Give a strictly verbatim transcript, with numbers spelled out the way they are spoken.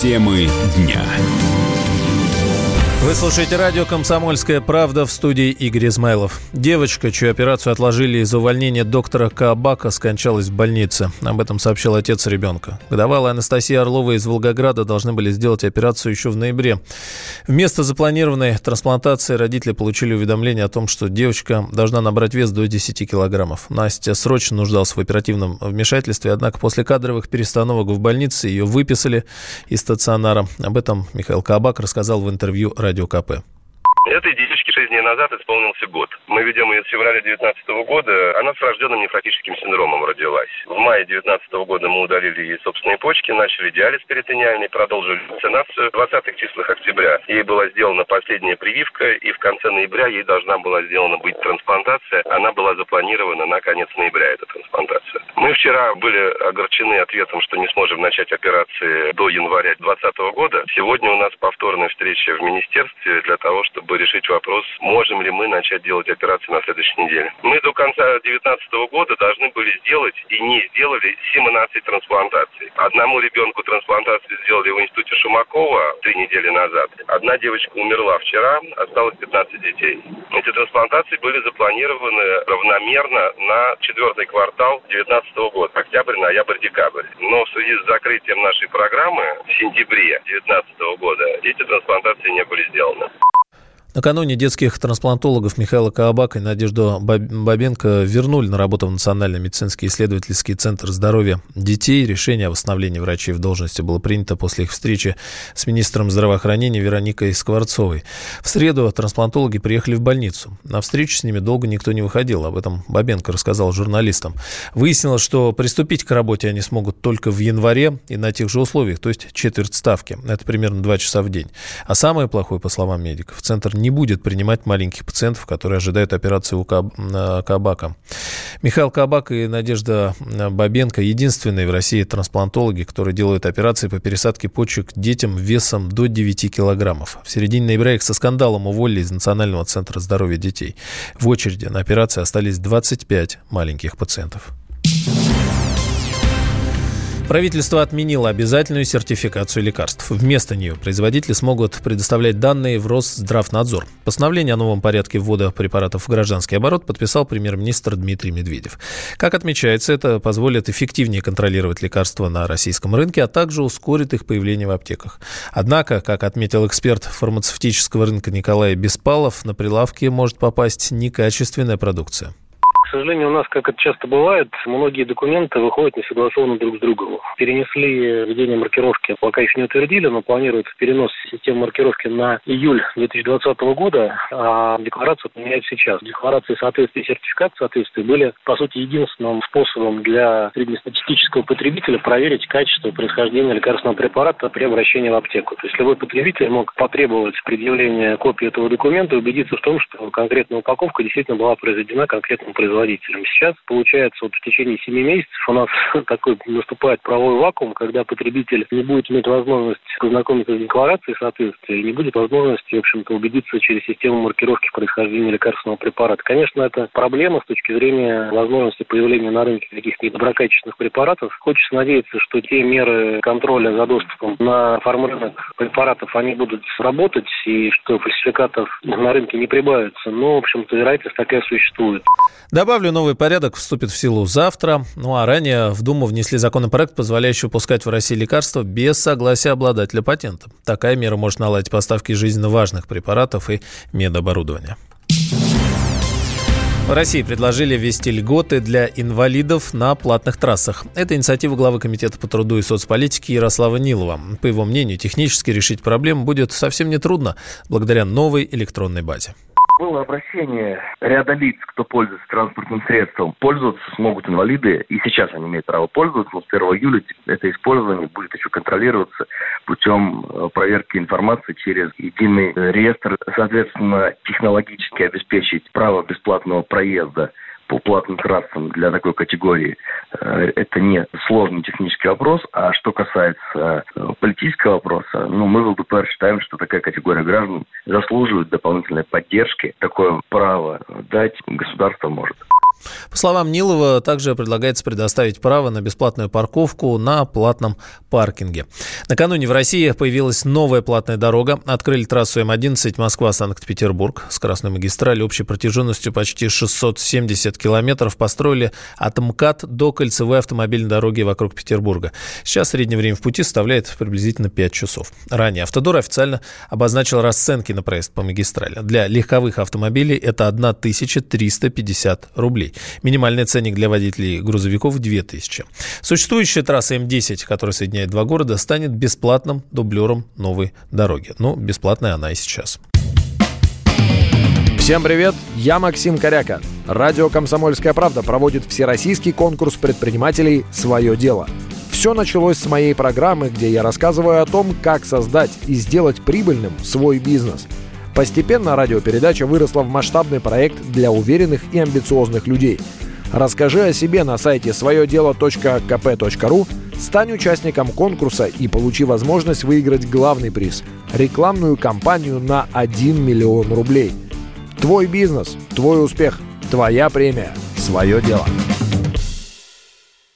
Темы дня. Вы слушаете радио «Комсомольская правда», в студии Игорь Измайлов. Девочка, чью операцию отложили из-за увольнения доктора Каабака, скончалась в больнице. Об этом сообщил отец ребенка. Годовалая Анастасия Орлова из Волгограда должны были сделать операцию еще в ноябре. Вместо запланированной трансплантации родители получили уведомление о том, что девочка должна набрать вес до десяти килограммов. Настя срочно нуждалась в оперативном вмешательстве, однако после кадровых перестановок в больнице ее выписали из стационара. Об этом Михаил Каабак рассказал в интервью Радио КП. Этой девочке шесть дней назад исполнился год. Мы ведем ее с февраля девятнадцатого года. Она с врожденным нефротическим синдромом родилась. В мае девятнадцатого года мы удалили ей собственные почки, начали диализ перитонеальный, продолжили вакцинацию. В двадцатых числах октября ей была сделана последняя прививка, и в конце ноября ей должна была сделана быть трансплантация. Она была запланирована на конец ноября, эта трансплантация. Мы вчера были огорчены ответом, что не сможем начать операции до января двадцатого года. Сегодня у нас повторная встреча в министерстве для того, чтобы решить вопрос, можем ли мы начать делать операции на следующей неделе. Мы до конца две тысячи девятнадцатого года должны были сделать и не сделали семнадцать трансплантаций. Одному ребенку трансплантацию сделали в институте Шумакова три недели назад. Одна девочка умерла вчера, осталось пятнадцать детей. Эти трансплантации были запланированы равномерно на четвертый квартал две тысячи девятнадцатого года. Октябрь, ноябрь, декабрь. Но в связи с закрытием нашей программы в сентябре две тысячи девятнадцатого года эти трансплантации не были сделаны. Накануне детских трансплантологов Михаила Каабака и Надежду Бабенко вернули на работу в Национальный медицинский исследовательский центр здоровья детей. Решение о восстановлении врачей в должности было принято после их встречи с министром здравоохранения Вероникой Скворцовой. В среду трансплантологи приехали в больницу. На встречу с ними долго никто не выходил. Об этом Бабенко рассказал журналистам. Выяснилось, что приступить к работе они смогут только в январе и на тех же условиях, то есть четверть ставки. Это примерно два часа в день. А самое плохое, по словам медиков, центр не будет принимать маленьких пациентов, которые ожидают операции у Каабака. Михаил Каабак и Надежда Бабенко — единственные в России трансплантологи, которые делают операции по пересадке почек детям весом до девяти килограммов. В середине ноября их со скандалом уволили из Национального центра здоровья детей. В очереди на операции остались двадцать пять маленьких пациентов. Правительство отменило обязательную сертификацию лекарств. Вместо нее производители смогут предоставлять данные в Росздравнадзор. Постановление о новом порядке ввода препаратов в гражданский оборот подписал премьер-министр Дмитрий Медведев. Как отмечается, это позволит эффективнее контролировать лекарства на российском рынке, а также ускорит их появление в аптеках. Однако, как отметил эксперт фармацевтического рынка Николай Беспалов, на прилавки может попасть некачественная продукция. К сожалению, у нас, как это часто бывает, многие документы выходят не согласованно друг с другом. Перенесли введение маркировки, пока еще не утвердили, но планируется перенос системы маркировки на июль две тысячи двадцатого года, а декларацию поменяют сейчас. Декларации соответствия и сертификат соответствия были, по сути, единственным способом для среднестатистического потребителя проверить качество происхождения лекарственного препарата при обращении в аптеку. То есть любой потребитель мог потребовать предъявления копии этого документа и убедиться в том, что конкретная упаковка действительно была произведена конкретным производителем. Сейчас, получается, вот в течение семи месяцев у нас такой наступает правовой вакуум, когда потребитель не будет иметь возможность познакомиться с декларацией соответствия и не будет возможности, в общем-то, убедиться через систему маркировки происхождения лекарственного препарата. Конечно, это проблема с точки зрения возможности появления на рынке каких-то недоброкачественных препаратов. Хочется надеяться, что те меры контроля за доступом на фармрынок препаратов, они будут работать и что фальсификатов на рынке не прибавится. Но, в общем-то, вероятность такая существует. Добавлю, новый порядок вступит в силу завтра. Ну а ранее в Думу внесли законопроект, позволяющий выпускать в России лекарства без согласия обладателя патента. Такая мера может наладить поставки жизненно важных препаратов и медоборудования. В России предложили ввести льготы для инвалидов на платных трассах. Это инициатива главы Комитета по труду и соцполитике Ярослава Нилова. По его мнению, технически решить проблему будет совсем нетрудно благодаря новой электронной базе. Было обращение ряда лиц, кто пользуется транспортным средством. Пользоваться смогут инвалиды, и сейчас они имеют право пользоваться, но с первого июля это использование будет еще контролироваться путем проверки информации через единый реестр. Соответственно, технологически обеспечить право бесплатного проезда по платным трассам для такой категории, это не сложный технический вопрос. А что касается политического вопроса, ну, мы в ЛДПР считаем, что такая категория граждан заслуживает дополнительной поддержки. Такое право дать государство может. По словам Нилова, также предлагается предоставить право на бесплатную парковку на платном паркинге. Накануне в России появилась новая платная дорога. Открыли трассу М одиннадцать Москва-Санкт-Петербург. Скоростной магистрали общей протяженностью почти шестьсот семьдесят километров построили от МКАД до кольцевой автомобильной дороги вокруг Петербурга. Сейчас среднее время в пути составляет приблизительно пять часов. Ранее Автодор официально обозначил расценки на проезд по магистрали. Для легковых автомобилей это тысяча триста пятьдесят рублей. Минимальный ценник для водителей грузовиков – две тысячи. Существующая трасса М десять, которая соединяет два города, станет бесплатным дублером новой дороги. Ну, бесплатная она и сейчас. Всем привет, я Максим Коряка. Радио «Комсомольская правда» проводит всероссийский конкурс предпринимателей «Свое дело». Все началось с моей программы, где я рассказываю о том, как создать и сделать прибыльным свой бизнес. Постепенно радиопередача выросла в масштабный проект для уверенных и амбициозных людей. Расскажи о себе на сайте свое дело точка ка пэ точка ру, стань участником конкурса и получи возможность выиграть главный приз – рекламную кампанию на один миллион рублей. Твой бизнес, твой успех, твоя премия, свое дело.